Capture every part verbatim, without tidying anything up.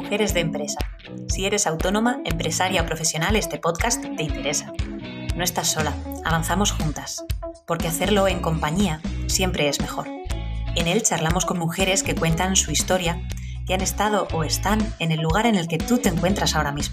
Mujeres de Empresa. Si eres autónoma, empresaria o profesional, este podcast te interesa. No estás sola, avanzamos juntas, porque hacerlo en compañía siempre es mejor. En él charlamos con mujeres que cuentan su historia y han estado o están en el lugar en el que tú te encuentras ahora mismo.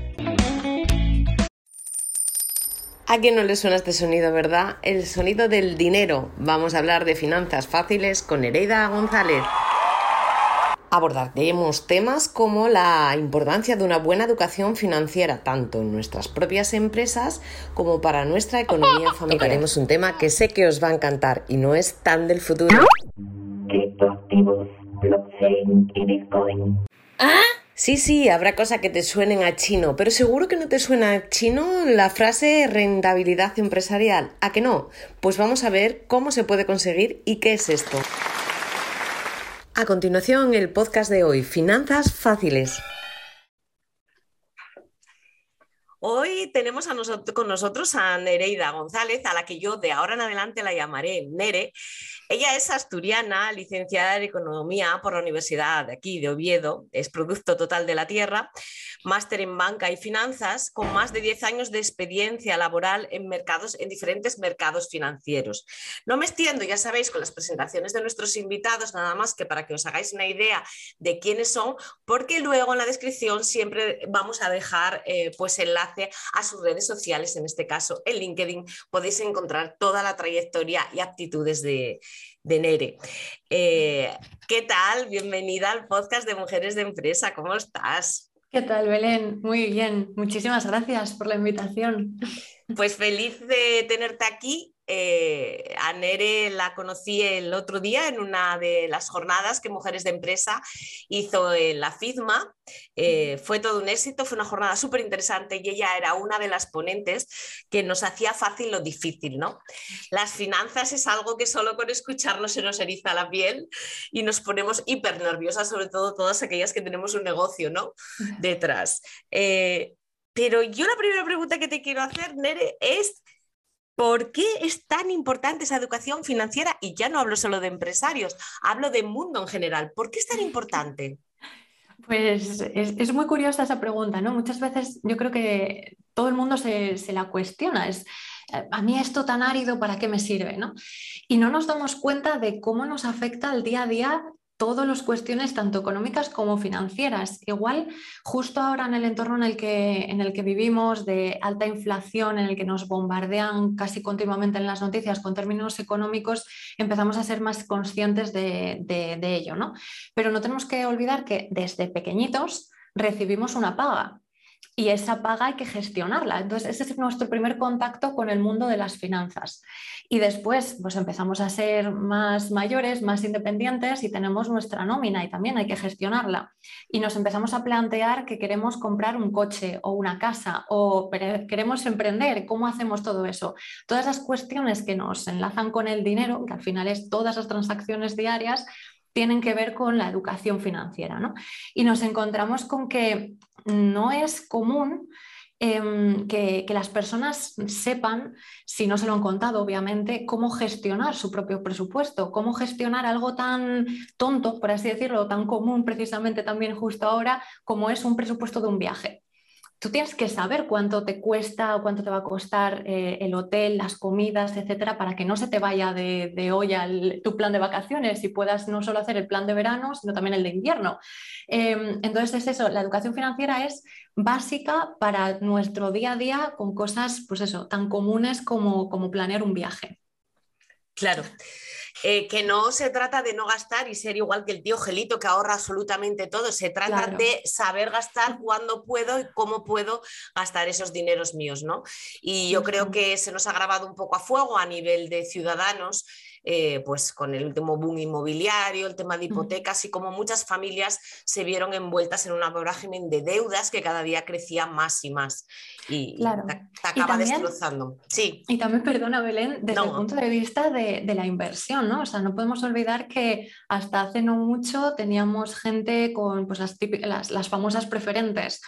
¿A quién no le suena este sonido, verdad? El sonido del dinero. Vamos a hablar de finanzas fáciles con Nereida González. Abordaremos temas como la importancia de una buena educación financiera, tanto en nuestras propias empresas como para nuestra economía familiar. Tocaremos un tema que sé que os va a encantar y no es tan del futuro. Criptoactivos, blockchain y Bitcoin. ¿Ah? Sí, sí, habrá cosas que te suenen a chino, pero seguro que no te suena a chino la frase rentabilidad empresarial. ¿A que no? Pues vamos a ver cómo se puede conseguir y qué es esto. A continuación, el podcast de hoy, Finanzas Fáciles. Hoy tenemos a nosotros, con nosotros a Nereida González, a la que yo de ahora en adelante la llamaré Nere. Ella es asturiana, licenciada en Economía por la Universidad de aquí, de Oviedo, es producto total de la tierra, máster en Banca y Finanzas, con más de diez años de experiencia laboral en, mercados, en diferentes mercados financieros. No me extiendo, ya sabéis, con las presentaciones de nuestros invitados, nada más que para que os hagáis una idea de quiénes son, porque luego en la descripción siempre vamos a dejar eh, pues enlace a sus redes sociales, en este caso en LinkedIn podéis encontrar toda la trayectoria y aptitudes de de Nere. Eh, ¿Qué tal? Bienvenida al podcast de Mujeres de Empresa. ¿Cómo estás? ¿Qué tal, Belén? Muy bien. Muchísimas gracias por la invitación. Pues feliz de tenerte aquí. Eh, a Nere la conocí el otro día en una de las jornadas que Mujeres de Empresa hizo en la FIDMA. Eh, fue todo un éxito, fue una jornada súper interesante y ella era una de las ponentes que nos hacía fácil lo difícil, ¿no? Las finanzas es algo que solo con escucharnos se nos eriza la piel y nos ponemos hiper nerviosas, sobre todo todas aquellas que tenemos un negocio, ¿no? Detrás. Eh, pero yo la primera pregunta que te quiero hacer, Nere, es ¿por qué es tan importante esa educación financiera? Y ya no hablo solo de empresarios, hablo de mundo en general. ¿Por qué es tan importante? Pues es, es muy curiosa esa pregunta, ¿no? Muchas veces yo creo que todo el mundo se, se la cuestiona. Es, a mí esto tan árido, ¿para qué me sirve, no? Y no nos damos cuenta de cómo nos afecta el día a día todas las cuestiones, tanto económicas como financieras. Igual, justo ahora en el entorno en el que, en el que vivimos, de alta inflación, en el que nos bombardean casi continuamente en las noticias con términos económicos, empezamos a ser más conscientes de, de, de ello, ¿no? Pero no tenemos que olvidar que desde pequeñitos recibimos una paga. Y esa paga hay que gestionarla. Entonces, ese es nuestro primer contacto con el mundo de las finanzas. Y después, pues empezamos a ser más mayores, más independientes y tenemos nuestra nómina y también hay que gestionarla. Y nos empezamos a plantear que queremos comprar un coche o una casa o queremos emprender. ¿Cómo hacemos todo eso? Todas las cuestiones que nos enlazan con el dinero, que al final es todas las transacciones diarias, tienen que ver con la educación financiera, ¿no? Y nos encontramos con que no es común eh, que, que las personas sepan, si no se lo han contado obviamente, cómo gestionar su propio presupuesto, cómo gestionar algo tan tonto, por así decirlo, tan común precisamente también justo ahora, como es un presupuesto de un viaje. Tú tienes que saber cuánto te cuesta o cuánto te va a costar eh, el hotel, las comidas, etcétera, para que no se te vaya de, de olla el, tu plan de vacaciones y puedas no solo hacer el plan de verano, sino también el de invierno. Eh, entonces es eso, la educación financiera es básica para nuestro día a día con cosas, pues eso, tan comunes como, como planear un viaje. Claro. Eh, que no se trata de no gastar y ser igual que el tío Gelito que ahorra absolutamente todo, se trata Claro. de saber gastar cuándo puedo y cómo puedo gastar esos dineros míos, ¿no? Y yo creo que se nos ha grabado un poco a fuego a nivel de ciudadanos, eh, pues con el último boom inmobiliario, el tema de hipotecas y como muchas familias se vieron envueltas en una vorágine de deudas que cada día crecía más y más y, Claro. y te, te acaba y también, destrozando. Sí. Y también, perdona Belén, desde No. el punto de vista de, de la inversión, ¿no? O sea, no podemos olvidar que hasta hace no mucho teníamos gente con pues, las, típicas, las, las famosas preferentes.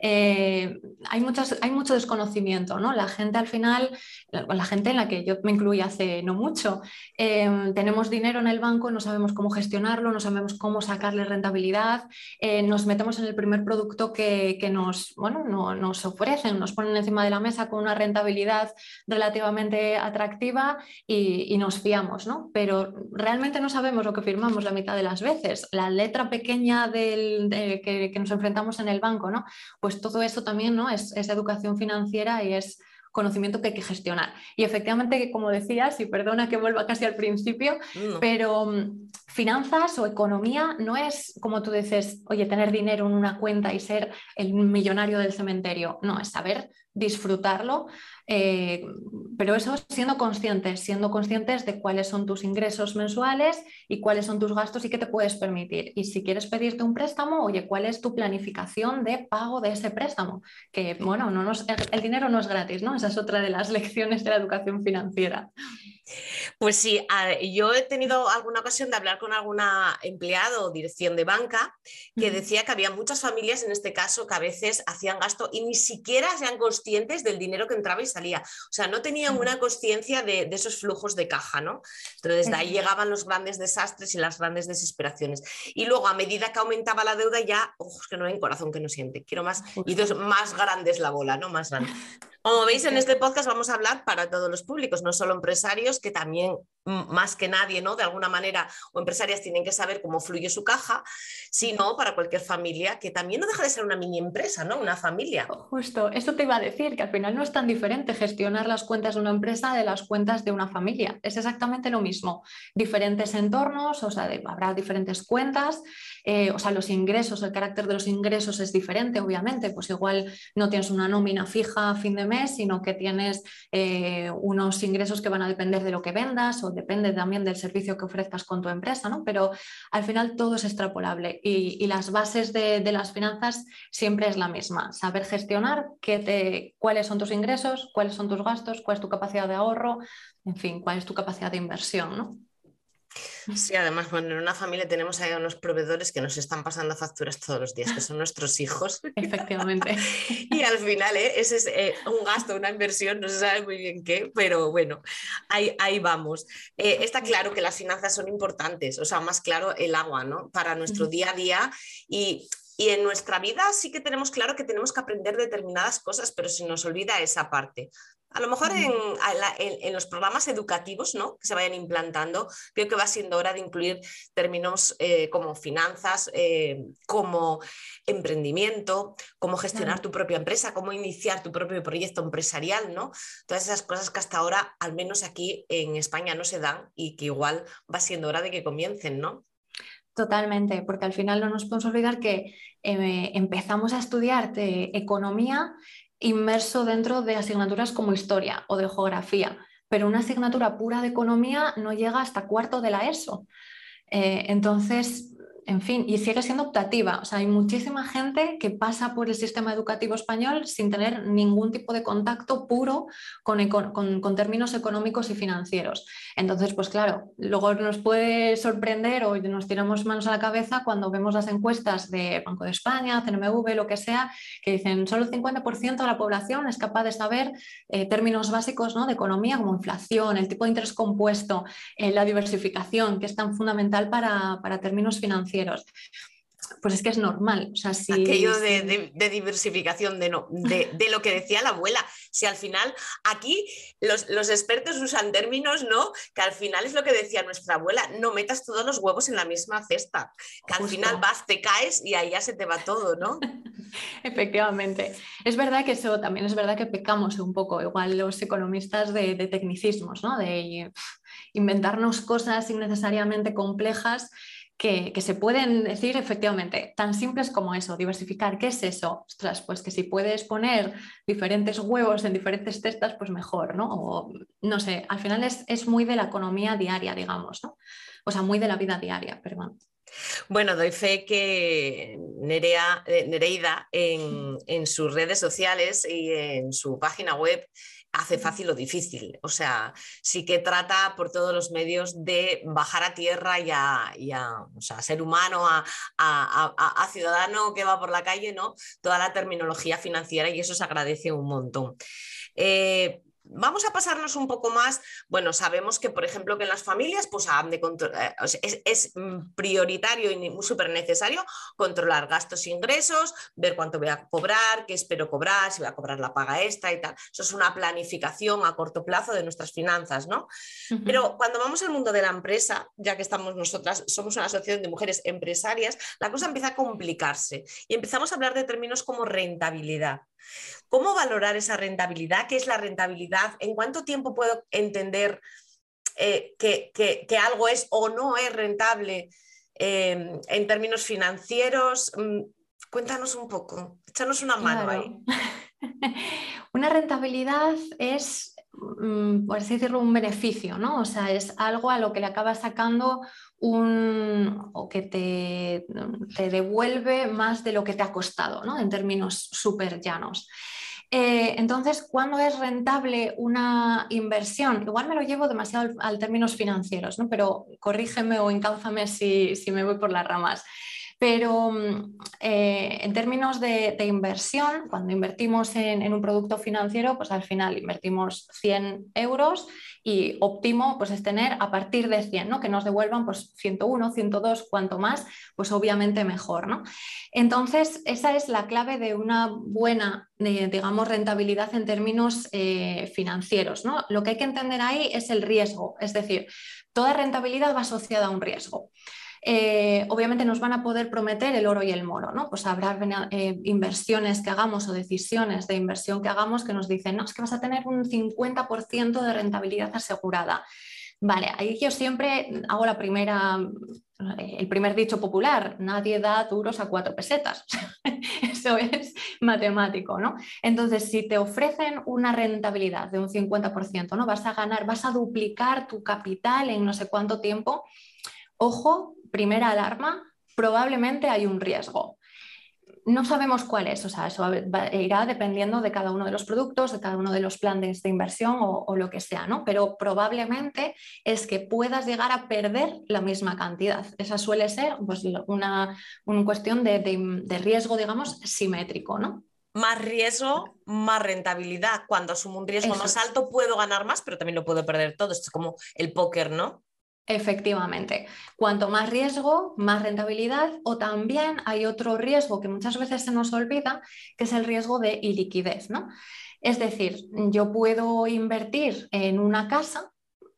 Eh, hay, muchas, hay mucho desconocimiento, ¿no? La gente al final, la gente en la que yo me incluí hace no mucho, eh, eh, tenemos dinero en el banco, no sabemos cómo gestionarlo, no sabemos cómo sacarle rentabilidad, eh, nos metemos en el primer producto que, que nos, bueno, no, nos ofrecen, nos ponen encima de la mesa con una rentabilidad relativamente atractiva y, y nos fiamos, ¿no? Pero realmente no sabemos lo que firmamos la mitad de las veces. La letra pequeña del, de, que, que nos enfrentamos en el banco, ¿no? Pues todo eso también, ¿no? es, es educación financiera y es conocimiento que hay que gestionar. Y efectivamente, como decías, y perdona que vuelva casi al principio, No. pero um, finanzas o economía no es, como tú dices, oye, tener dinero en una cuenta y ser el millonario del cementerio. No, es saber disfrutarlo, eh, pero eso siendo conscientes, siendo conscientes de cuáles son tus ingresos mensuales y cuáles son tus gastos y qué te puedes permitir. Y si quieres pedirte un préstamo, oye, ¿cuál es tu planificación de pago de ese préstamo? Que, bueno, no nos, el dinero no es gratis, ¿no? Esa es otra de las lecciones de la educación financiera. Pues sí, a- yo he tenido alguna ocasión de hablar con alguna empleado o dirección de banca que decía que había muchas familias, en este caso, que a veces hacían gasto y ni siquiera sean conscientes del dinero que entraba y salía. O sea, no tenían una consciencia de, de esos flujos de caja, ¿no? Entonces, de ahí llegaban los grandes desastres y las grandes desesperaciones. Y luego, a medida que aumentaba la deuda, ya, ojos que no hay corazón que no siente. Quiero más, y entonces más grande es la bola, ¿no? Más grande. Como veis, en este podcast vamos a hablar para todos los públicos, no solo empresarios, que también más que nadie, ¿no? De alguna manera, o empresarias tienen que saber cómo fluye su caja, sino para cualquier familia, que también no deja de ser una mini empresa, ¿no? Una familia. Justo, eso te iba a decir, que al final no es tan diferente gestionar las cuentas de una empresa de las cuentas de una familia. Es exactamente lo mismo. Diferentes entornos, o sea, de, habrá diferentes cuentas, eh, o sea, los ingresos, el carácter de los ingresos es diferente, obviamente. Pues igual no tienes una nómina fija a fin de mes, sino que tienes eh, unos ingresos que van a depender de lo que vendas o depende también del servicio que ofrezcas con tu empresa, ¿no? Pero al final todo es extrapolable y, y las bases de, de las finanzas siempre es la misma. Saber gestionar qué te, cuáles son tus ingresos, cuáles son tus gastos, cuál es tu capacidad de ahorro, en fin, cuál es tu capacidad de inversión, ¿no? Sí, además, bueno, en una familia tenemos ahí unos proveedores que nos están pasando facturas todos los días, que son nuestros hijos. Efectivamente. Y al final, ¿eh? Ese es eh, un gasto, una inversión, no se sabe muy bien qué, pero bueno, ahí, ahí vamos. Eh, está claro que las finanzas son importantes, o sea, más claro el agua, ¿no? Para nuestro día a día y... Y en nuestra vida sí que tenemos claro que tenemos que aprender determinadas cosas, pero se nos olvida esa parte. A lo mejor en, en, en los programas educativos, ¿no? Que se vayan implantando, creo que va siendo hora de incluir términos eh, como finanzas, eh, como emprendimiento, cómo gestionar tu propia empresa, cómo iniciar tu propio proyecto empresarial, ¿no? Todas esas cosas que hasta ahora, al menos aquí en España, no se dan y que igual va siendo hora de que comiencen, ¿no? Totalmente, porque al final no nos podemos olvidar que eh, empezamos a estudiar de economía inmerso dentro de asignaturas como historia o de geografía, pero una asignatura pura de economía no llega hasta cuarto de la ESO. Eh, entonces, en fin, y sigue siendo optativa. O sea, hay muchísima gente que pasa por el sistema educativo español sin tener ningún tipo de contacto puro con, con, con términos económicos y financieros. Entonces, pues claro, luego nos puede sorprender o nos tiramos manos a la cabeza cuando vemos las encuestas de Banco de España, C N M V, lo que sea, que dicen solo el cincuenta por ciento de la población es capaz de saber eh, términos básicos, ¿no?, de economía como inflación, el tipo de interés compuesto, eh, la diversificación, que es tan fundamental para, para términos financieros. Pues es que es normal. O sea, si, Aquello si... de, de, de diversificación, de, no, de, de lo que decía la abuela. Si al final aquí los, los expertos usan términos, ¿no? Que al final es lo que decía nuestra abuela, no metas todos los huevos en la misma cesta. Que Justo. Al final vas, te caes y ahí ya se te va todo, ¿no? Efectivamente. Es verdad que eso también es verdad que pecamos un poco, igual los economistas de, de tecnicismos, ¿no? De pff, inventarnos cosas innecesariamente complejas. Que, que se pueden decir efectivamente tan simples como eso, diversificar. ¿Qué es eso? Ostras, pues que si puedes poner diferentes huevos en diferentes cestas, pues mejor, ¿no? O no sé, al final es, es muy de la economía diaria, digamos, ¿no? O sea, muy de la vida diaria, perdón. Bueno, doy fe que Nerea, Nereida en, en sus redes sociales y en su página web hace fácil o difícil, o sea, sí que trata por todos los medios de bajar a tierra y a, y a, o sea, a ser humano, a, a, a, a ciudadano que va por la calle, ¿no? Toda la terminología financiera y eso se agradece un montón. Eh, Vamos a pasarnos un poco más. Bueno, sabemos que, por ejemplo, que en las familias pues, han de es, es prioritario y súper necesario controlar gastos e ingresos, ver cuánto voy a cobrar, qué espero cobrar, si voy a cobrar la paga extra y tal. Eso es una planificación a corto plazo de nuestras finanzas, ¿no? Uh-huh. Pero cuando vamos al mundo de la empresa, ya que estamos nosotras, somos una asociación de mujeres empresarias, la cosa empieza a complicarse y empezamos a hablar de términos como rentabilidad. ¿Cómo valorar esa rentabilidad? ¿Qué es la rentabilidad? ¿En cuánto tiempo puedo entender eh, que, que, que algo es o no es rentable eh, en términos financieros? Cuéntanos un poco, échanos una mano claro. ahí. Una rentabilidad es, por así decirlo, un beneficio, ¿no? O sea, es algo a lo que le acabas sacando un, o que te, te devuelve más de lo que te ha costado, ¿no? En términos súper llanos. Eh, entonces, ¿cuándo es rentable una inversión? Igual me lo llevo demasiado al, al términos financieros, ¿no? Pero corrígeme o encáuzame si, si me voy por las ramas. Pero eh, en términos de, de inversión, cuando invertimos en, en un producto financiero, pues al final invertimos cien euros y óptimo pues es tener a partir de cien, ¿no? Que nos devuelvan pues ciento uno, ciento dos, cuanto más, pues obviamente mejor, ¿no? Entonces, esa es la clave de una buena, eh, digamos, rentabilidad en términos eh, financieros, ¿no? Lo que hay que entender ahí es el riesgo, es decir, toda rentabilidad va asociada a un riesgo. Eh, obviamente nos van a poder prometer el oro y el moro, ¿no? Pues habrá eh, inversiones que hagamos o decisiones de inversión que hagamos que nos dicen, no, es que vas a tener un cincuenta por ciento de rentabilidad asegurada. Vale, ahí yo siempre hago la primera, el primer dicho popular, nadie da duros a cuatro pesetas. Eso es matemático, ¿no? Entonces, si te ofrecen una rentabilidad de un cincuenta por ciento, ¿no? Vas a ganar, vas a duplicar tu capital en no sé cuánto tiempo. Ojo, primera alarma, probablemente hay un riesgo. No sabemos cuál es, o sea, eso irá dependiendo de cada uno de los productos, de cada uno de los planes de inversión o, o lo que sea, ¿no? Pero probablemente es que puedas llegar a perder la misma cantidad. Esa suele ser pues, una, una cuestión de, de, de riesgo, digamos, simétrico, ¿no? Más riesgo, más rentabilidad. Cuando asumo un riesgo Eso más es. alto puedo ganar más, pero también lo puedo perder todo. Esto es como el póker, ¿no? Efectivamente, cuanto más riesgo, más rentabilidad, o también hay otro riesgo que muchas veces se nos olvida, que es el riesgo de iliquidez, ¿no? Es decir, yo puedo invertir en una casa,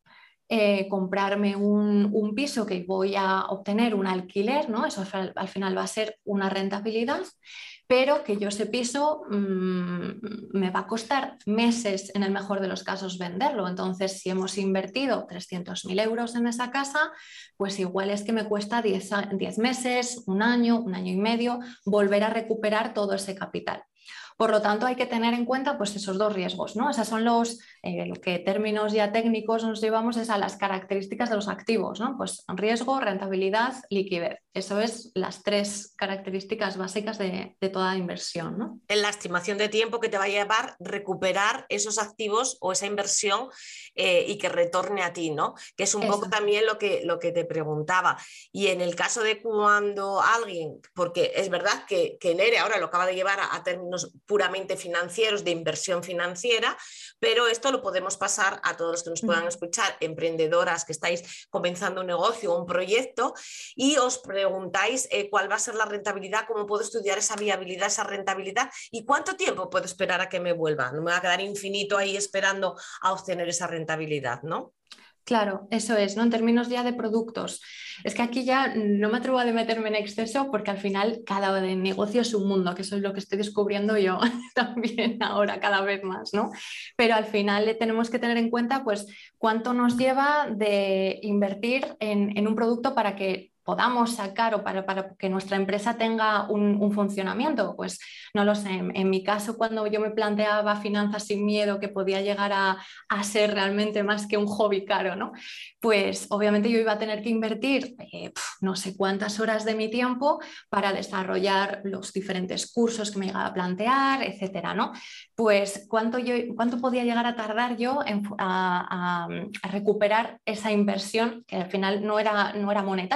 eh, comprarme un, un piso que voy a obtener un alquiler, ¿no? Eso al, al final va a ser una rentabilidad, pero que yo ese piso mmm, me va a costar meses, en el mejor de los casos, venderlo. Entonces, si hemos invertido trescientos mil euros en esa casa, pues igual es que me cuesta diez, diez meses, un año, un año y medio, volver a recuperar todo ese capital. Por lo tanto, hay que tener en cuenta pues, esos dos riesgos, ¿no? Esos son los eh, lo que términos ya técnicos nos llevamos es a las características de los activos, ¿no? Pues riesgo, rentabilidad, liquidez. Eso es las tres características básicas de, de toda inversión, ¿no? En la estimación de tiempo que te va a llevar recuperar esos activos o esa inversión eh, y que retorne a ti, ¿no? Que es un Eso. poco también lo que, lo que te preguntaba. Y en el caso de cuando alguien, porque es verdad que, que Nere ahora lo acaba de llevar a, a términos puramente financieros, de inversión financiera, pero esto lo podemos pasar a todos los que nos puedan escuchar, emprendedoras que estáis comenzando un negocio o un proyecto y os preguntáis eh, cuál va a ser la rentabilidad, cómo puedo estudiar esa viabilidad, esa rentabilidad y cuánto tiempo puedo esperar a que me vuelva. No me va a quedar infinito ahí esperando a obtener esa rentabilidad, ¿no? Claro, eso es, ¿no? En términos ya de productos. Es que aquí ya no me atrevo a meterme en exceso porque al final cada negocio es un mundo, que eso es lo que estoy descubriendo yo también ahora cada vez más, ¿no? Pero al final tenemos que tener en cuenta pues cuánto nos lleva de invertir en, en un producto para que podamos sacar o para, para que nuestra empresa tenga un, un funcionamiento. Pues no lo sé, en, en mi caso cuando yo me planteaba finanzas sin miedo que podía llegar a, a ser realmente más que un hobby caro, ¿no? Pues obviamente yo iba a tener que invertir eh, no sé cuántas horas de mi tiempo para desarrollar los diferentes cursos que me llegaba a plantear, etcétera, ¿no? Pues cuánto, yo, cuánto podía llegar a tardar yo en, a, a, a recuperar esa inversión que al final no era, no era monetaria, o sea, porque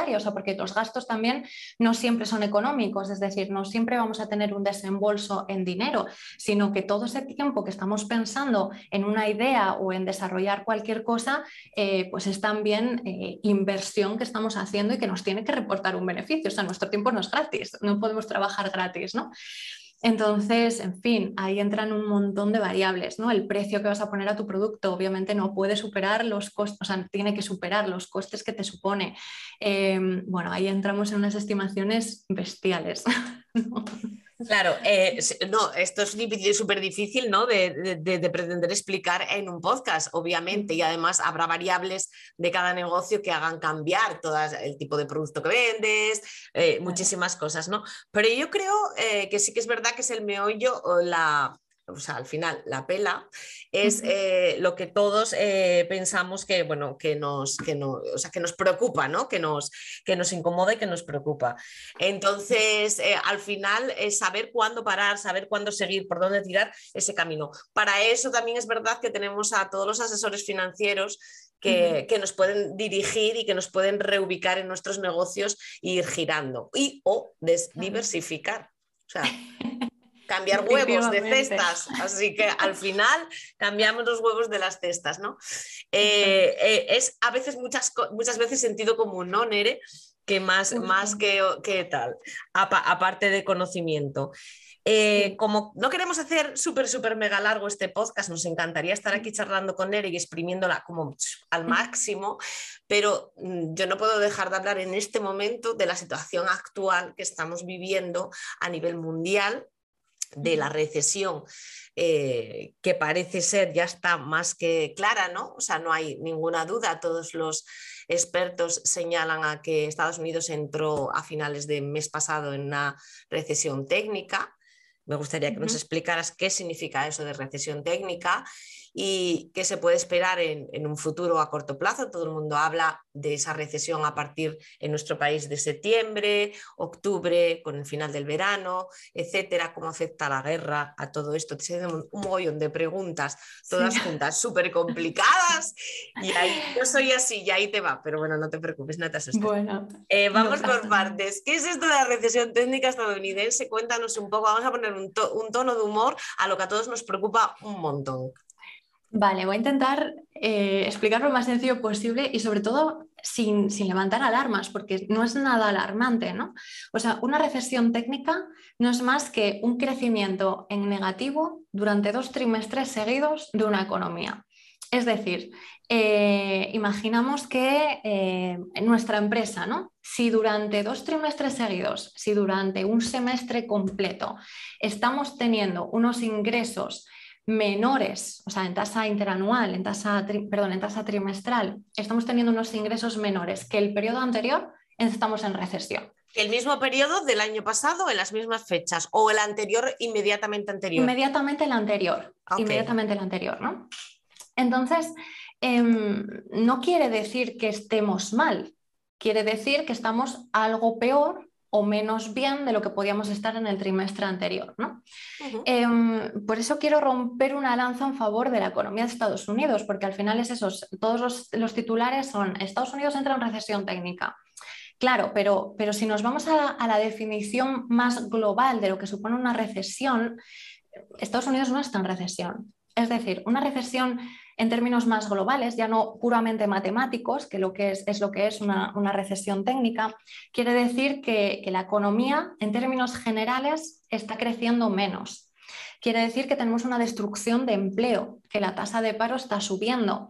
porque los gastos también no siempre son económicos, es decir, no siempre vamos a tener un desembolso en dinero, sino que todo ese tiempo que estamos pensando en una idea o en desarrollar cualquier cosa, eh, pues es también eh, inversión que estamos haciendo y que nos tiene que reportar un beneficio. O sea, nuestro tiempo no es gratis, no podemos trabajar gratis, ¿no? Entonces, en fin, ahí entran un montón de variables, ¿no? El precio que vas a poner a tu producto obviamente no puede superar los costes, o sea, tiene que superar los costes que te supone. Eh, bueno, ahí entramos en unas estimaciones bestiales, ¿no? Claro, eh, no, esto es súper difícil, ¿no? de, de, de pretender explicar en un podcast, obviamente, y además habrá variables de cada negocio que hagan cambiar todo el tipo de producto que vendes, eh, muchísimas cosas, ¿no? Pero yo creo eh, que sí que es verdad que es el meollo o la... O sea, al final, la pela es eh, lo que todos eh, pensamos que, bueno, que nos, que no, o sea, que nos preocupa, ¿no? Que nos, que nos incomoda y que nos preocupa. Entonces, eh, al final, es saber cuándo parar, saber cuándo seguir, por dónde tirar ese camino. Para eso también es verdad que tenemos a todos los asesores financieros que, uh-huh. que nos pueden dirigir y que nos pueden reubicar en nuestros negocios e ir girando y o des- diversificar. O sea... cambiar huevos de cestas, así que al final cambiamos los huevos de las cestas, ¿no? Eh, eh, es a veces muchas, muchas veces sentido común, ¿no, Nere? Que más, más que, que tal, apa, aparte de conocimiento. Eh, sí. Como no queremos hacer súper, súper mega largo este podcast, nos encantaría estar aquí charlando con Nere y exprimiéndola como al máximo, pero yo no puedo dejar de hablar en este momento de la situación actual que estamos viviendo a nivel mundial, de la recesión eh, que parece ser ya está más que clara, ¿no? O sea, no hay ninguna duda, todos los expertos señalan a que Estados Unidos entró a finales del mes pasado en una recesión técnica. Me gustaría que uh-huh. nos explicaras qué significa eso de recesión técnica y qué se puede esperar en, en un futuro a corto plazo. Todo el mundo habla de esa recesión a partir en nuestro país de septiembre, octubre, con el final del verano, etcétera. ¿Cómo afecta la guerra a todo esto? Te hacen un, un mogollón de preguntas, todas sí. juntas, súper complicadas. Y ahí yo soy así y ahí te va, pero bueno, no te preocupes, no te asustes. Bueno, eh, vamos no por partes. ¿Qué es esto de la recesión técnica estadounidense? Cuéntanos un poco, vamos a poner un, to un tono de humor a lo que a todos nos preocupa un montón. Vale, voy a intentar eh, explicarlo lo más sencillo posible y sobre todo sin, sin levantar alarmas, porque no es nada alarmante, ¿no? O sea, una recesión técnica no es más que un crecimiento en negativo durante dos trimestres seguidos de una economía. Es decir, eh, imaginamos que eh, en nuestra empresa, ¿no? Si durante dos trimestres seguidos, si durante un semestre completo estamos teniendo unos ingresos menores, o sea, en tasa interanual, en tasa, tri, perdón, en tasa trimestral, estamos teniendo unos ingresos menores que el periodo anterior, estamos en recesión. ¿El mismo periodo del año pasado, en las mismas fechas, o el anterior inmediatamente anterior? Inmediatamente el anterior, okay. inmediatamente el anterior, ¿no? Entonces, eh, no quiere decir que estemos mal, quiere decir que estamos algo peor o menos bien de lo que podíamos estar en el trimestre anterior, ¿no? Uh-huh. eh, por eso quiero romper una lanza en favor de la economía de Estados Unidos, porque al final es eso, todos los, los titulares son Estados Unidos entra en recesión técnica. Claro, pero, pero si nos vamos a, a la definición más global de lo que supone una recesión, Estados Unidos no está en recesión. Es decir, una recesión en términos más globales, ya no puramente matemáticos, que, lo que es, es lo que es una, una recesión técnica, quiere decir que, que la economía, en términos generales, está creciendo menos. Quiere decir que tenemos una destrucción de empleo, que la tasa de paro está subiendo,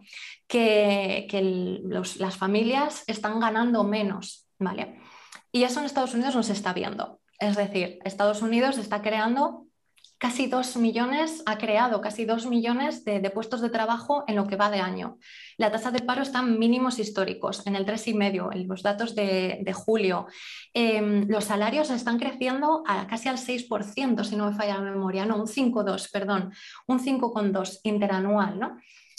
que, que el, los, las familias están ganando menos, ¿vale? Y eso en Estados Unidos no se está viendo. Es decir, Estados Unidos está creando casi dos millones, ha creado casi dos millones de, de puestos de trabajo en lo que va de año. La tasa de paro está en mínimos históricos, en el tres coma cinco, en los datos de, de julio. Eh, los salarios están creciendo a casi al seis por ciento, si no me falla la memoria, no, un cinco coma dos, perdón, un cinco coma dos interanual, ¿no?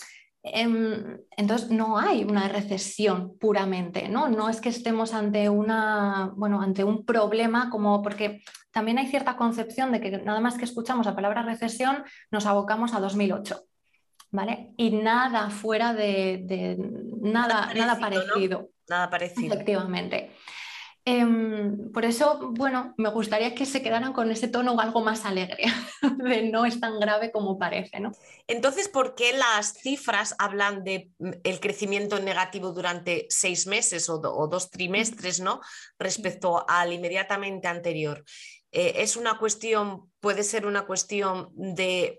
Entonces no hay una recesión puramente, ¿no? No es que estemos ante, una, bueno, ante un problema como porque también hay cierta concepción de que nada más que escuchamos la palabra recesión nos abocamos a dos mil ocho, ¿vale? Y nada fuera de, de nada, nada parecido. Nada parecido. ¿No? Nada parecido. Efectivamente. Eh, por eso, bueno, me gustaría que se quedaran con ese tono algo más alegre, de no es tan grave como parece, ¿no? Entonces, ¿por qué las cifras hablan de el crecimiento negativo durante seis meses o, do, o dos trimestres, ¿no? Respecto al inmediatamente anterior? Eh, es una cuestión, puede ser una cuestión de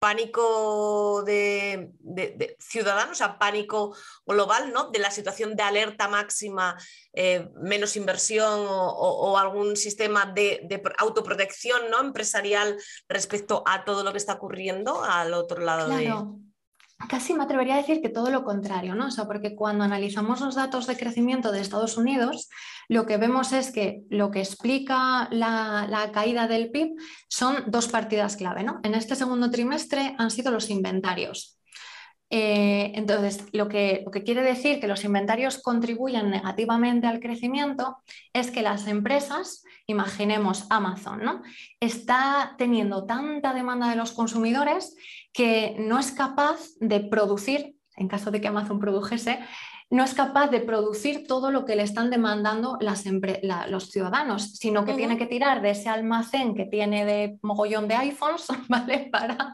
pánico de, de, de ciudadanos, o sea, pánico global, ¿no? De la situación de alerta máxima, eh, menos inversión o, o, o algún sistema de, de autoprotección, ¿no? Empresarial respecto a todo lo que está ocurriendo al otro lado de... Claro. Casi me atrevería a decir que todo lo contrario, ¿no? O sea, porque cuando analizamos los datos de crecimiento de Estados Unidos, lo que vemos es que lo que explica la, la caída del P I B son dos partidas clave, ¿no? En este segundo trimestre han sido los inventarios. Eh, entonces, lo que, lo que quiere decir que los inventarios contribuyen negativamente al crecimiento es que las empresas, imaginemos Amazon, ¿no? Está teniendo tanta demanda de los consumidores que no es capaz de producir, en caso de que Amazon produjese, no es capaz de producir todo lo que le están demandando las la, los ciudadanos, sino que uh-huh. tiene que tirar de ese almacén que tiene de mogollón de iPhones, ¿vale? Para,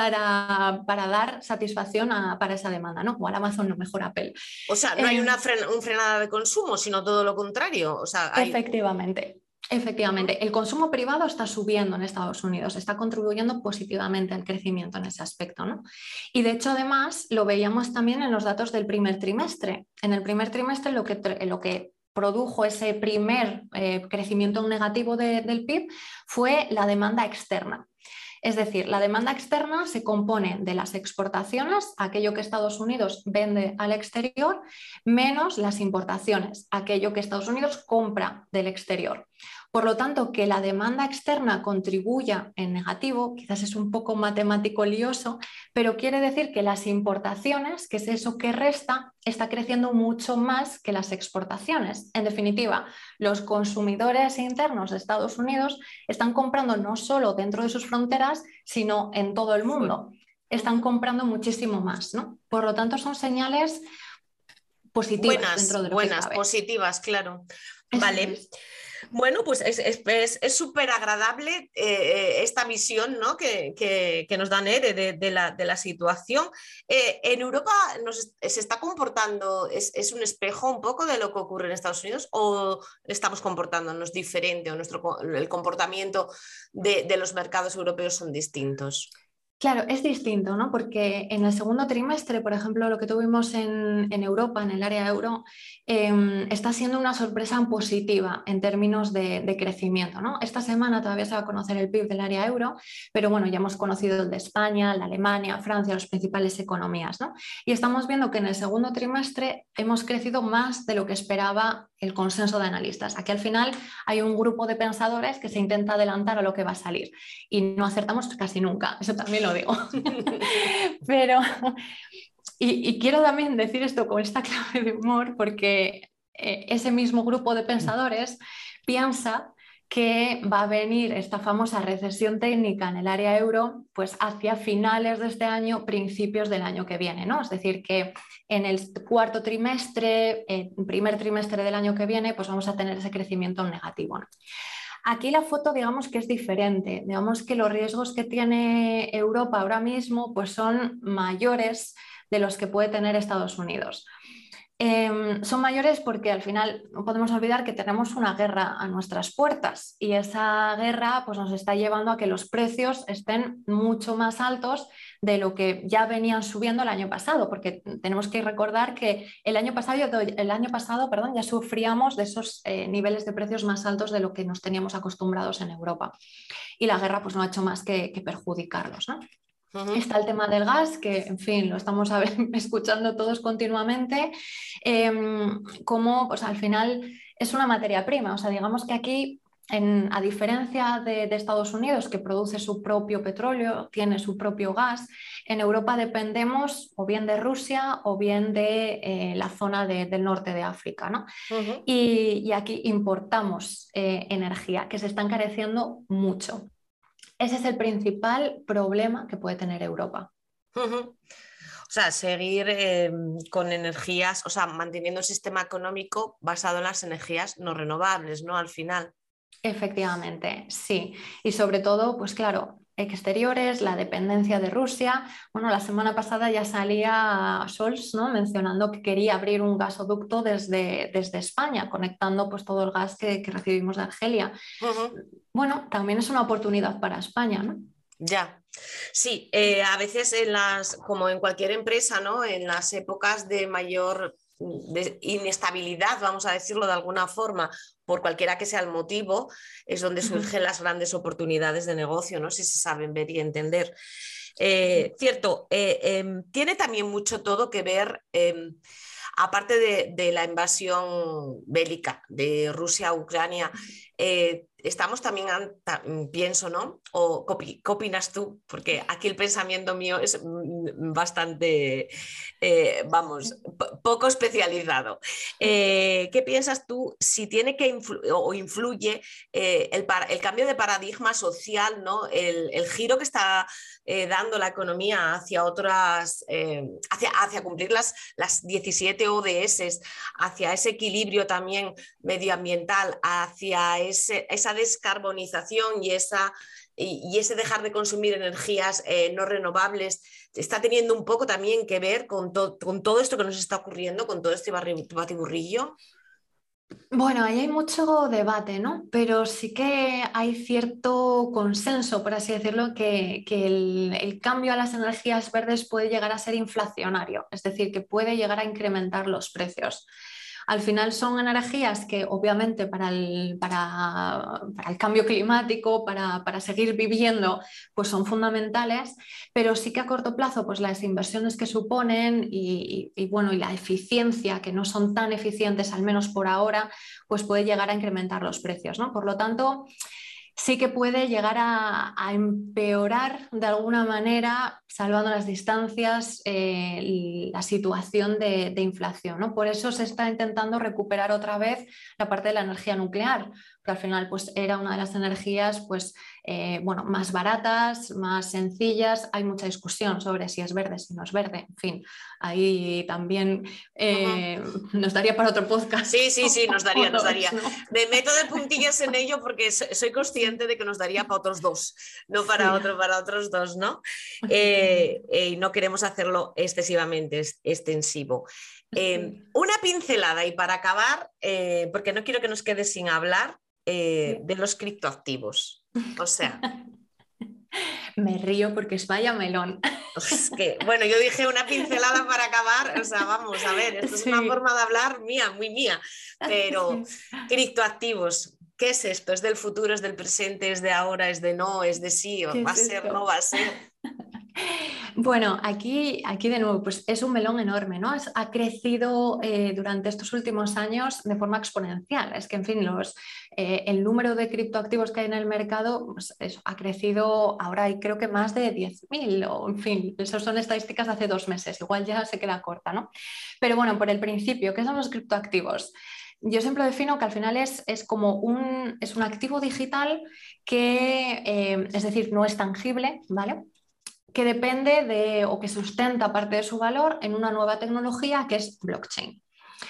para, para dar satisfacción a, para esa demanda, ¿no? O al Amazon, no, mejor Apple. O sea, no eh, hay una fren un frenada de consumo, sino todo lo contrario. O sea, hay... Efectivamente. Efectivamente, el consumo privado está subiendo en Estados Unidos, está contribuyendo positivamente al crecimiento en ese aspecto, ¿no? Y de hecho, además, lo veíamos también en los datos del primer trimestre. En el primer trimestre lo que, lo que produjo ese primer eh, crecimiento negativo de, del P I B fue la demanda externa. Es decir, la demanda externa se compone de las exportaciones, aquello que Estados Unidos vende al exterior, menos las importaciones, aquello que Estados Unidos compra del exterior. Por lo tanto, que la demanda externa contribuya en negativo, quizás es un poco matemático lioso, pero quiere decir que las importaciones, que es eso que resta, está creciendo mucho más que las exportaciones. En definitiva, los consumidores internos de Estados Unidos están comprando no solo dentro de sus fronteras, sino en todo el mundo. Están comprando muchísimo más, ¿no? Por lo tanto, son señales positivas buenas, dentro de lo buenas, que cabe. Positivas, claro. Vale. Bueno, pues es súper agradable eh, esta visión, ¿no? que, que, que nos da Nere de, de, la, de la situación. Eh, en Europa nos, se está comportando, es, es un espejo un poco de lo que ocurre en Estados Unidos, o estamos comportándonos diferente, o nuestro, el comportamiento de, de los mercados europeos son distintos. Claro, es distinto, ¿no? Porque en el segundo trimestre, por ejemplo, lo que tuvimos en, en Europa, en el área euro, eh, está siendo una sorpresa positiva en términos de, de crecimiento, ¿no? Esta semana todavía se va a conocer el P I B del área euro, pero bueno, ya hemos conocido el de España, la Alemania, Francia, las principales economías, ¿no? Y estamos viendo que en el segundo trimestre hemos crecido más de lo que esperaba el consenso de analistas. Aquí al final hay un grupo de pensadores que se intenta adelantar a lo que va a salir y no acertamos casi nunca, eso también lo digo. Pero, y, y quiero también decir esto con esta clave de humor porque eh, ese mismo grupo de pensadores piensa que va a venir esta famosa recesión técnica en el área euro pues hacia finales de este año, principios del año que viene, ¿no? Es decir, que en el cuarto trimestre, eh, primer trimestre del año que viene, pues vamos a tener ese crecimiento negativo, ¿no? Aquí la foto, digamos que es diferente, digamos que los riesgos que tiene Europa ahora mismo pues son mayores de los que puede tener Estados Unidos. Eh, son mayores porque al final no podemos olvidar que tenemos una guerra a nuestras puertas y esa guerra pues, nos está llevando a que los precios estén mucho más altos de lo que ya venían subiendo el año pasado, porque tenemos que recordar que el año pasado, el año pasado perdón, ya sufríamos de esos eh, niveles de precios más altos de lo que nos teníamos acostumbrados en Europa y la guerra pues, no ha hecho más que, que perjudicarlos, ¿no? Uh-huh. Está el tema del gas, que en fin, lo estamos a ver, escuchando todos continuamente, eh, como pues, al final es una materia prima, o sea, digamos que aquí, en, a diferencia de, de Estados Unidos, que produce su propio petróleo, tiene su propio gas, en Europa dependemos o bien de Rusia o bien de eh, la zona de, del norte de África, ¿no? Uh-huh. y, y aquí importamos eh, energía, que se está encareciendo mucho. Ese es el principal problema que puede tener Europa. Uh-huh. O sea, seguir eh, con energías, o sea, manteniendo un sistema económico basado en las energías no renovables, ¿no? Al final. Efectivamente, sí. Y sobre todo, pues claro, exteriores, la dependencia de Rusia. Bueno, la semana pasada ya salía Scholz, ¿no?, mencionando que quería abrir un gasoducto desde, desde España, conectando pues todo el gas que, que recibimos de Argelia. Uh-huh. Bueno, también es una oportunidad para España, ¿no? Ya, sí, eh, a veces en las, como en cualquier empresa, ¿no? En las épocas de mayor de inestabilidad, vamos a decirlo de alguna forma, por cualquiera que sea el motivo, es donde surgen las grandes oportunidades de negocio, ¿no? Si se saben ver y entender. Eh, cierto, eh, eh, tiene también mucho todo que ver, eh, aparte de, de la invasión bélica de Rusia a Ucrania, eh, estamos también, pienso, ¿no? ¿O qué opinas tú? Porque aquí el pensamiento mío es bastante, eh, vamos, poco especializado. Eh, ¿Qué piensas tú si tiene que influ o influye eh, el, el cambio de paradigma social, ¿no? El, el giro que está eh, dando la economía hacia otras, eh, hacia, hacia cumplir las, las diecisiete O D S, hacia ese equilibrio también medioambiental, hacia ese, esa descarbonización y, esa, y, y ese dejar de consumir energías eh, no renovables, está teniendo un poco también que ver con, to con todo esto que nos está ocurriendo, con todo este batiburrillo? Bueno, ahí hay mucho debate, ¿no? Pero sí que hay cierto consenso, por así decirlo, que, que el, el cambio a las energías verdes puede llegar a ser inflacionario, es decir, que puede llegar a incrementar los precios. Al final son energías que obviamente para el, para, para el cambio climático, para, para seguir viviendo, pues son fundamentales, pero sí que a corto plazo pues las inversiones que suponen y, y, y, bueno, y la eficiencia, que no son tan eficientes, al menos por ahora, pues puede llegar a incrementar los precios, ¿no? Por lo tanto, sí que puede llegar a, a empeorar de alguna manera, salvando las distancias, eh, la situación de, de inflación, ¿no? Por eso se está intentando recuperar otra vez la parte de la energía nuclear, que al final pues, era una de las energías pues, eh, bueno, más baratas, más sencillas. Hay mucha discusión sobre si es verde, si no es verde, en fin, ahí también eh, uh-huh. nos daría para otro podcast. Sí, sí, sí, nos daría, nos daría. ¿No? Me meto de puntillas en ello porque soy consciente de que nos daría para otros dos, no para, sí. otro, para otros dos, ¿no? Eh, eh, no queremos hacerlo excesivamente extensivo. Eh, una pincelada y para acabar, eh, porque no quiero que nos quede sin hablar, eh, de los criptoactivos. O sea... Me río porque es vaya melón. Es que, bueno, yo dije una pincelada para acabar, o sea, vamos a ver, esto es sí. una forma de hablar mía, muy mía, pero criptoactivos, ¿qué es esto? ¿Es del futuro, es del presente, es de ahora, es de no, es de sí, va a ser, esto? No va a ser? Bueno, aquí, aquí de nuevo, pues es un melón enorme, ¿no? Es, ha crecido eh, durante estos últimos años de forma exponencial. Es que, en fin, los, eh, el número de criptoactivos que hay en el mercado pues, eso, ha crecido, ahora hay creo que más de diez mil, o en fin, esas son estadísticas de hace dos meses, igual ya se queda corta, ¿no? Pero bueno, por el principio, ¿qué son los criptoactivos? Yo siempre defino que al final es, es como un, es un activo digital que, eh, es decir, no es tangible, ¿vale? Que depende de o que sustenta parte de su valor en una nueva tecnología que es blockchain.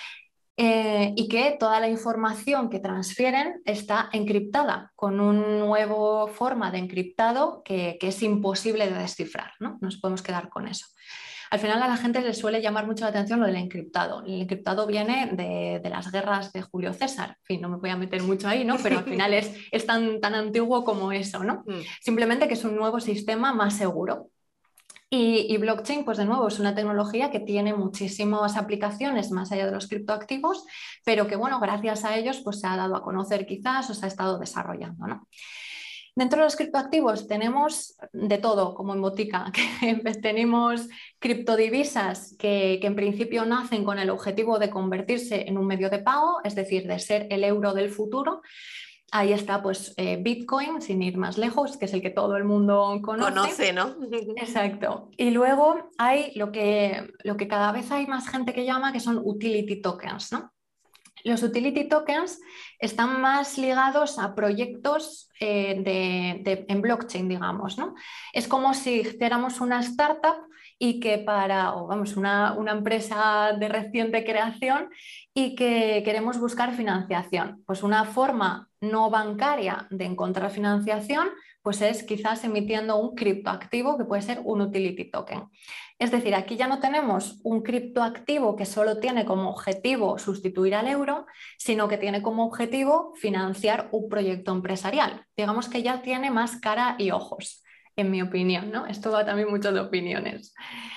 Eh, y que toda la información que transfieren está encriptada con una nueva forma de encriptado que, que es imposible de descifrar, ¿no? Nos podemos quedar con eso. Al final a la gente le suele llamar mucho la atención lo del encriptado. El encriptado viene de, de las guerras de Julio César. En fin, no me voy a meter mucho ahí, ¿no? Pero al final es, es tan, tan antiguo como eso, ¿no? Mm. Simplemente que es un nuevo sistema más seguro. Y, y blockchain, pues de nuevo, es una tecnología que tiene muchísimas aplicaciones más allá de los criptoactivos, pero que, bueno, gracias a ellos pues se ha dado a conocer quizás o se ha estado desarrollando, ¿no? Dentro de los criptoactivos tenemos de todo, como en botica, que tenemos criptodivisas que, que en principio nacen con el objetivo de convertirse en un medio de pago, es decir, de ser el euro del futuro. Ahí está pues eh, Bitcoin, sin ir más lejos, que es el que todo el mundo conoce. Conoce, ¿no? Exacto. Y luego hay lo que, lo que cada vez hay más gente que llama que son utility tokens, ¿no? Los utility tokens están más ligados a proyectos eh, de, de, en blockchain, digamos, ¿no? Es como si hiciéramos una startup y que para, o vamos, una, una empresa de reciente creación y que queremos buscar financiación. Pues una forma no bancaria de encontrar financiación pues es quizás emitiendo un criptoactivo que puede ser un utility token. Es decir, aquí ya no tenemos un criptoactivo que solo tiene como objetivo sustituir al euro, sino que tiene como objetivo financiar un proyecto empresarial. Digamos que ya tiene más cara y ojos, en mi opinión, ¿no? Esto va también mucho de opiniones.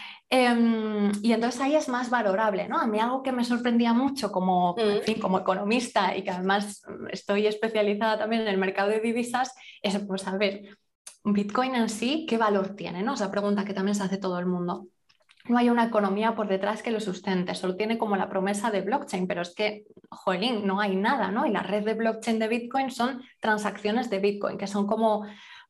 Eh, y entonces ahí es más valorable, ¿no? A mí algo que me sorprendía mucho como, mm. en fin, como economista y que además estoy especializada también en el mercado de divisas es, pues, a ver, Bitcoin en sí, ¿qué valor tiene, ¿no? Esa pregunta que también se hace todo el mundo. No hay una economía por detrás que lo sustente, solo tiene como la promesa de blockchain, pero es que, jolín, no hay nada, ¿no? Y la red de blockchain de Bitcoin son transacciones de Bitcoin, que son como...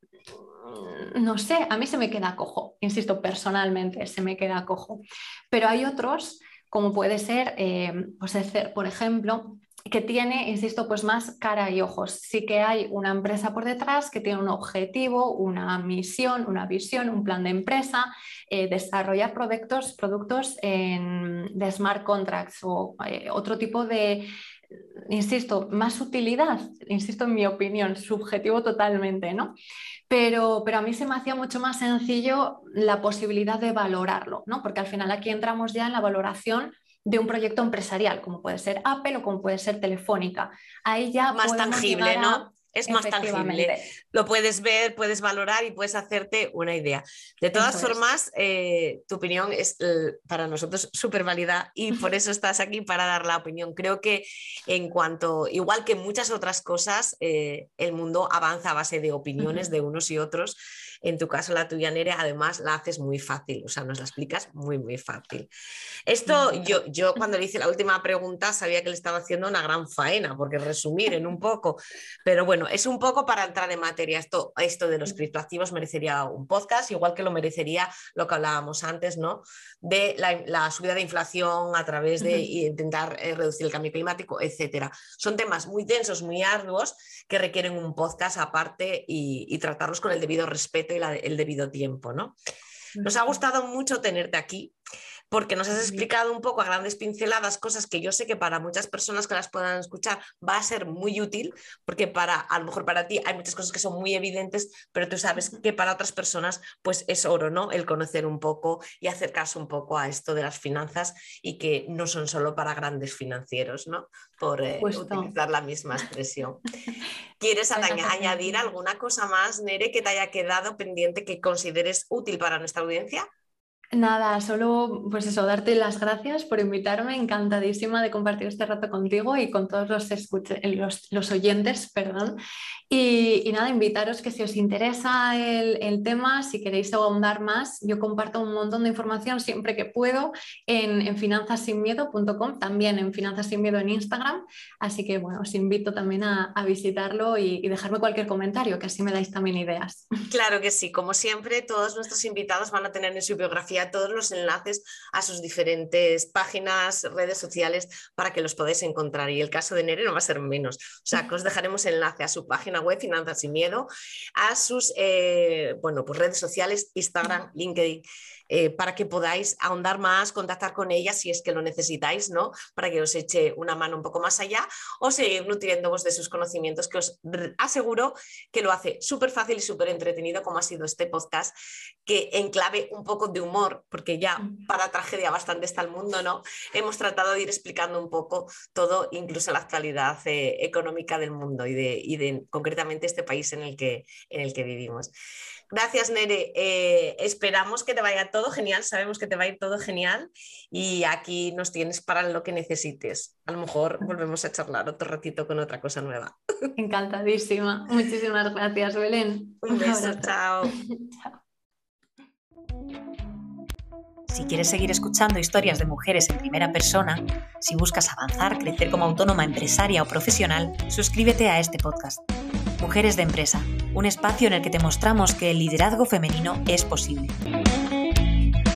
no sé, a mí se me queda cojo, insisto, personalmente se me queda cojo. Pero hay otros, como puede ser, eh, pues por ejemplo, que tiene, insisto, pues más cara y ojos. Sí que hay una empresa por detrás que tiene un objetivo, una misión, una visión, un plan de empresa, eh, desarrollar productos, productos en, de smart contracts o eh, otro tipo de... insisto, más utilidad, insisto en mi opinión, subjetivo totalmente, ¿no? Pero, pero a mí se me hacía mucho más sencillo la posibilidad de valorarlo, ¿no? Porque al final aquí entramos ya en la valoración de un proyecto empresarial, como puede ser Apple o como puede ser Telefónica. Ahí ya más tangible, a... ¿no? Es más tangible, lo puedes ver, puedes valorar y puedes hacerte una idea. De todas eso formas, es. eh, tu opinión es eh, para nosotros súper válida y por eso estás aquí para dar la opinión. Creo que en cuanto, igual que muchas otras cosas, eh, el mundo avanza a base de opiniones uh-huh. de unos y otros. En tu caso, la tuya, Nere, además la haces muy fácil, o sea, nos la explicas muy, muy fácil. Esto, uh-huh. yo, yo cuando le hice la última pregunta sabía que le estaba haciendo una gran faena, porque resumir en un poco, pero bueno, es un poco para entrar en materia. Esto, esto de los criptoactivos merecería un podcast, igual que lo merecería lo que hablábamos antes, ¿no? De la, la subida de inflación a través de uh-huh. intentar eh, reducir el cambio climático, etcétera. Son temas muy densos, muy arduos, que requieren un podcast aparte y, y tratarlos con el debido respeto y la, el debido tiempo, ¿no? Nos ha gustado mucho tenerte aquí, porque nos has explicado un poco a grandes pinceladas cosas que yo sé que para muchas personas que las puedan escuchar va a ser muy útil, porque para, a lo mejor para ti hay muchas cosas que son muy evidentes, pero tú sabes que para otras personas pues es oro, ¿no? El conocer un poco y acercarse un poco a esto de las finanzas y que no son solo para grandes financieros, ¿no? Por eh, utilizar la misma expresión. ¿Quieres añadir alguna cosa más, Nere, que te haya quedado pendiente que consideres útil para nuestra audiencia? Nada, solo pues eso, darte las gracias por invitarme, encantadísima de compartir este rato contigo y con todos los, escuche, los, los oyentes, perdón. Y, y nada, invitaros que si os interesa el, el tema, si queréis ahondar más, yo comparto un montón de información siempre que puedo en, en finanzas sin miedo punto com, también en Finanzas Sin Miedo en Instagram, así que bueno, os invito también a, a visitarlo y, y dejarme cualquier comentario, que así me dais también ideas. Claro que sí, como siempre, todos nuestros invitados van a tener en su biografía todos los enlaces a sus diferentes páginas, redes sociales para que los podáis encontrar, y el caso de Nere no va a ser menos, o sea que os dejaremos enlace a su página web Finanzas Sin Miedo, a sus eh, bueno, pues redes sociales, Instagram, LinkedIn, eh, para que podáis ahondar más, contactar con ella si es que lo necesitáis, ¿no? Para que os eche una mano un poco más allá o seguir nutriéndoos de sus conocimientos, que os aseguro que lo hace súper fácil y súper entretenido, como ha sido este podcast, que enclave un poco de humor, porque ya para tragedia bastante está el mundo, ¿no? Hemos tratado de ir explicando un poco todo, incluso la actualidad eh, económica del mundo y de, y de concretamente este país en el que, en el que vivimos. Gracias, Nere. Eh, esperamos que te vaya todo genial, sabemos que te va a ir todo genial y aquí nos tienes para lo que necesites. A lo mejor volvemos a charlar otro ratito con otra cosa nueva. Encantadísima. Muchísimas gracias, Belén. Un beso, chao. Chao. Si quieres seguir escuchando historias de mujeres en primera persona, si buscas avanzar, crecer como autónoma, empresaria o profesional, suscríbete a este podcast. Mujeres de Empresa, un espacio en el que te mostramos que el liderazgo femenino es posible.